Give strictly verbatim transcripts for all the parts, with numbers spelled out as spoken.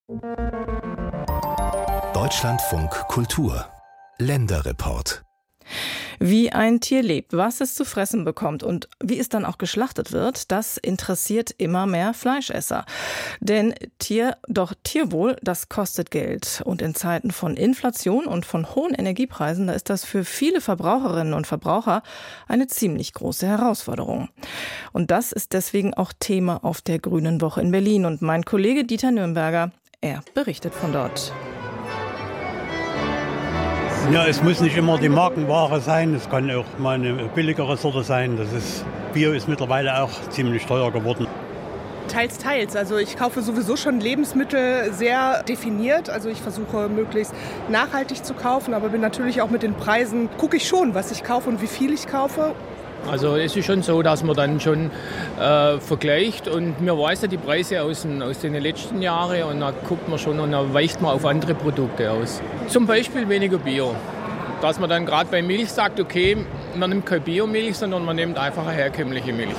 Deutschlandfunk Kultur Länderreport. Wie ein Tier lebt, was es zu fressen bekommt und wie es dann auch geschlachtet wird, das interessiert immer mehr Fleischesser. Denn Tier, doch Tierwohl, das kostet Geld. Und in Zeiten von Inflation und von hohen Energiepreisen, da ist das für viele Verbraucherinnen und Verbraucher eine ziemlich große Herausforderung. Und das ist deswegen auch Thema auf der Grünen Woche in Berlin. Und mein Kollege Dieter Nürnberger, er berichtet von dort. Ja, es muss nicht immer die Markenware sein, es kann auch mal eine billigere Sorte sein. Das ist, Bio ist mittlerweile auch ziemlich teuer geworden. Teils, teils. Also ich kaufe sowieso schon Lebensmittel sehr definiert. Also ich versuche möglichst nachhaltig zu kaufen, aber bin natürlich auch mit den Preisen, gucke ich schon, was ich kaufe und wie viel ich kaufe. Also es ist schon so, dass man dann schon äh, vergleicht und mir weiß ja die Preise aus den, aus den letzten Jahren und dann guckt man schon und dann weicht man auf andere Produkte aus. Zum Beispiel weniger Bio. Dass man dann gerade bei Milch sagt, okay, man nimmt keine Biomilch, sondern man nimmt einfach eine herkömmliche Milch.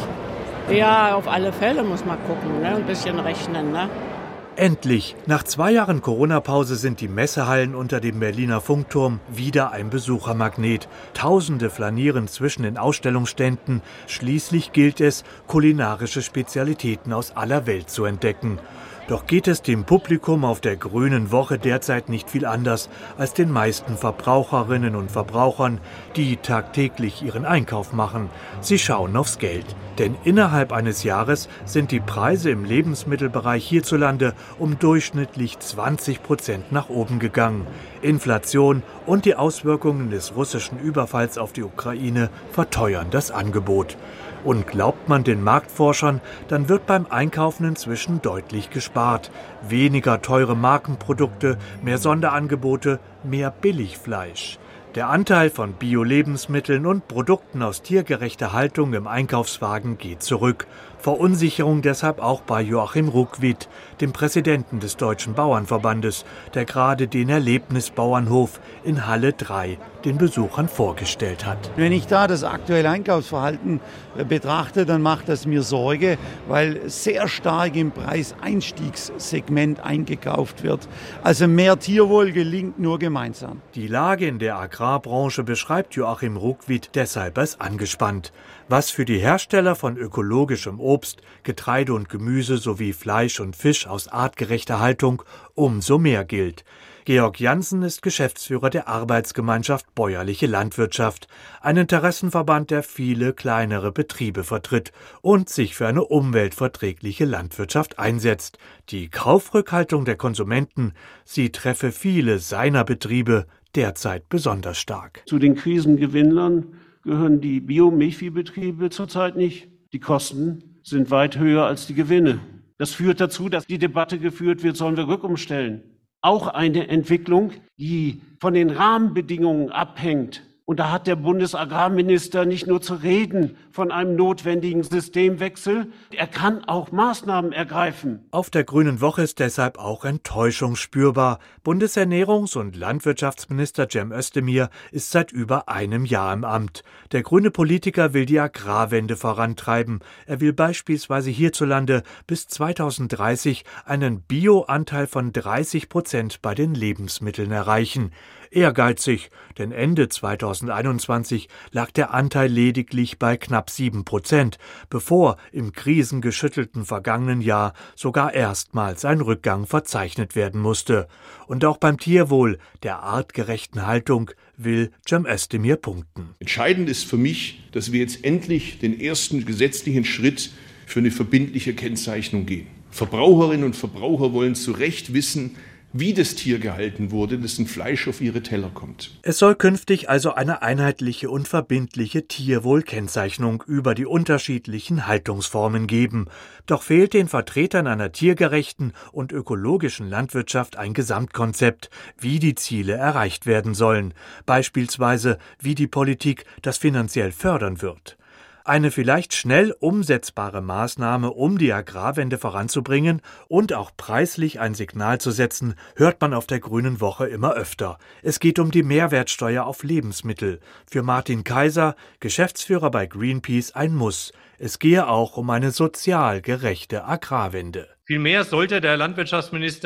Ja, auf alle Fälle muss man gucken, ne? Ein bisschen rechnen, ne? Endlich! Nach zwei Jahren Corona-Pause sind die Messehallen unter dem Berliner Funkturm wieder ein Besuchermagnet. Tausende flanieren zwischen den Ausstellungsständen. Schließlich gilt es, kulinarische Spezialitäten aus aller Welt zu entdecken. Doch geht es dem Publikum auf der Grünen Woche derzeit nicht viel anders als den meisten Verbraucherinnen und Verbrauchern, die tagtäglich ihren Einkauf machen. Sie schauen aufs Geld. Denn innerhalb eines Jahres sind die Preise im Lebensmittelbereich hierzulande um durchschnittlich zwanzig Prozent nach oben gegangen. Inflation und die Auswirkungen des russischen Überfalls auf die Ukraine verteuern das Angebot. Und glaubt man den Marktforschern, dann wird beim Einkaufen inzwischen deutlich gespart. Weniger teure Markenprodukte, mehr Sonderangebote, mehr Billigfleisch. Der Anteil von Bio-Lebensmitteln und Produkten aus tiergerechter Haltung im Einkaufswagen geht zurück. Verunsicherung deshalb auch bei Joachim Ruckwied, dem Präsidenten des Deutschen Bauernverbandes, der gerade den Erlebnisbauernhof in Halle drei den Besuchern vorgestellt hat. Wenn ich da das aktuelle Einkaufsverhalten betrachte, dann macht das mir Sorge, weil sehr stark im Preiseinstiegssegment eingekauft wird. Also mehr Tierwohl gelingt nur gemeinsam. Die Lage in der Agrarbranche beschreibt Joachim Ruckwied deshalb als angespannt. Was für die Hersteller von ökologischem Obst, Getreide und Gemüse sowie Fleisch und Fisch aus artgerechter Haltung umso mehr gilt. Georg Jansen ist Geschäftsführer der Arbeitsgemeinschaft Bäuerliche Landwirtschaft, ein Interessenverband, der viele kleinere Betriebe vertritt und sich für eine umweltverträgliche Landwirtschaft einsetzt. Die Kaufrückhaltung der Konsumenten, sie treffe viele seiner Betriebe derzeit besonders stark. Zu den Krisengewinnern gehören die Bio-Milchviehbetriebe zurzeit nicht. Die Kosten sind weit höher als die Gewinne. Das führt dazu, dass die Debatte geführt wird, sollen wir rückumstellen. Auch eine Entwicklung, die von den Rahmenbedingungen abhängt. Und da hat der Bundesagrarminister nicht nur zu reden von einem notwendigen Systemwechsel, er kann auch Maßnahmen ergreifen. Auf der Grünen Woche ist deshalb auch Enttäuschung spürbar. Bundesernährungs- und Landwirtschaftsminister Cem Özdemir ist seit über einem Jahr im Amt. Der grüne Politiker will die Agrarwende vorantreiben. Er will beispielsweise hierzulande bis zweitausenddreißig einen Bio-Anteil von dreißig Prozent bei den Lebensmitteln erreichen. Ehrgeizig, denn Ende zweitausendeinundzwanzig lag der Anteil lediglich bei knapp sieben Prozent, bevor im krisengeschüttelten vergangenen Jahr sogar erstmals ein Rückgang verzeichnet werden musste. Und auch beim Tierwohl, der artgerechten Haltung, will Cem Özdemir punkten. Entscheidend ist für mich, dass wir jetzt endlich den ersten gesetzlichen Schritt für eine verbindliche Kennzeichnung gehen. Verbraucherinnen und Verbraucher wollen zu Recht wissen, wie das Tier gehalten wurde, dessen Fleisch auf ihre Teller kommt. Es soll künftig also eine einheitliche und verbindliche Tierwohlkennzeichnung über die unterschiedlichen Haltungsformen geben. Doch fehlt den Vertretern einer tiergerechten und ökologischen Landwirtschaft ein Gesamtkonzept, wie die Ziele erreicht werden sollen. Beispielsweise, wie die Politik das finanziell fördern wird. Eine vielleicht schnell umsetzbare Maßnahme, um die Agrarwende voranzubringen und auch preislich ein Signal zu setzen, hört man auf der Grünen Woche immer öfter. Es geht um die Mehrwertsteuer auf Lebensmittel. Für Martin Kaiser, Geschäftsführer bei Greenpeace, ein Muss. Es gehe auch um eine sozial gerechte Agrarwende. Vielmehr sollte der Landwirtschaftsminister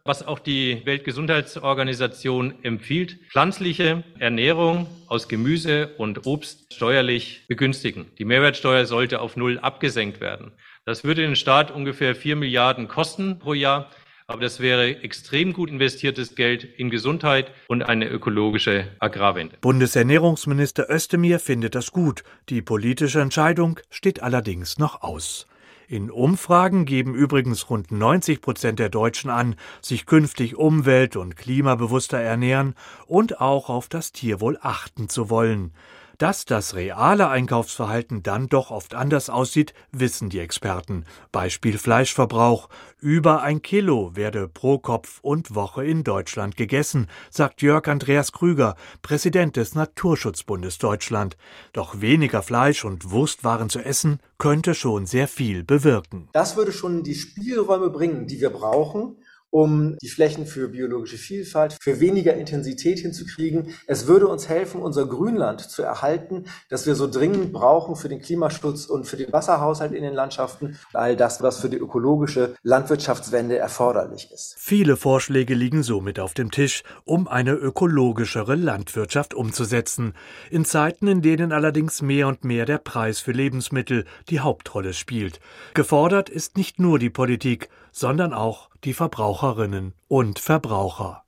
was auch die Weltgesundheitsorganisation empfiehlt, pflanzliche Ernährung aus Gemüse und Obst steuerlich begünstigen. Die Mehrwertsteuer sollte auf null abgesenkt werden. Das würde den Staat ungefähr vier Milliarden kosten pro Jahr. Aber das wäre extrem gut investiertes Geld in Gesundheit und eine ökologische Agrarwende. Bundesernährungsminister Özdemir findet das gut. Die politische Entscheidung steht allerdings noch aus. In Umfragen geben übrigens rund neunzig Prozent der Deutschen an, sich künftig umwelt- und klimabewusster ernähren und auch auf das Tierwohl achten zu wollen. Dass das reale Einkaufsverhalten dann doch oft anders aussieht, wissen die Experten. Beispiel Fleischverbrauch. Über ein Kilo werde pro Kopf und Woche in Deutschland gegessen, sagt Jörg Andreas Krüger, Präsident des Naturschutzbundes Deutschland. Doch weniger Fleisch und Wurstwaren zu essen, könnte schon sehr viel bewirken. Das würde schon die Spielräume bringen, die wir brauchen, um die Flächen für biologische Vielfalt, für weniger Intensität hinzukriegen. Es würde uns helfen, unser Grünland zu erhalten, das wir so dringend brauchen für den Klimaschutz und für den Wasserhaushalt in den Landschaften. All das, was für die ökologische Landwirtschaftswende erforderlich ist. Viele Vorschläge liegen somit auf dem Tisch, um eine ökologischere Landwirtschaft umzusetzen. In Zeiten, in denen allerdings mehr und mehr der Preis für Lebensmittel die Hauptrolle spielt. Gefordert ist nicht nur die Politik, sondern auch die Verbraucherinnen und Verbraucher.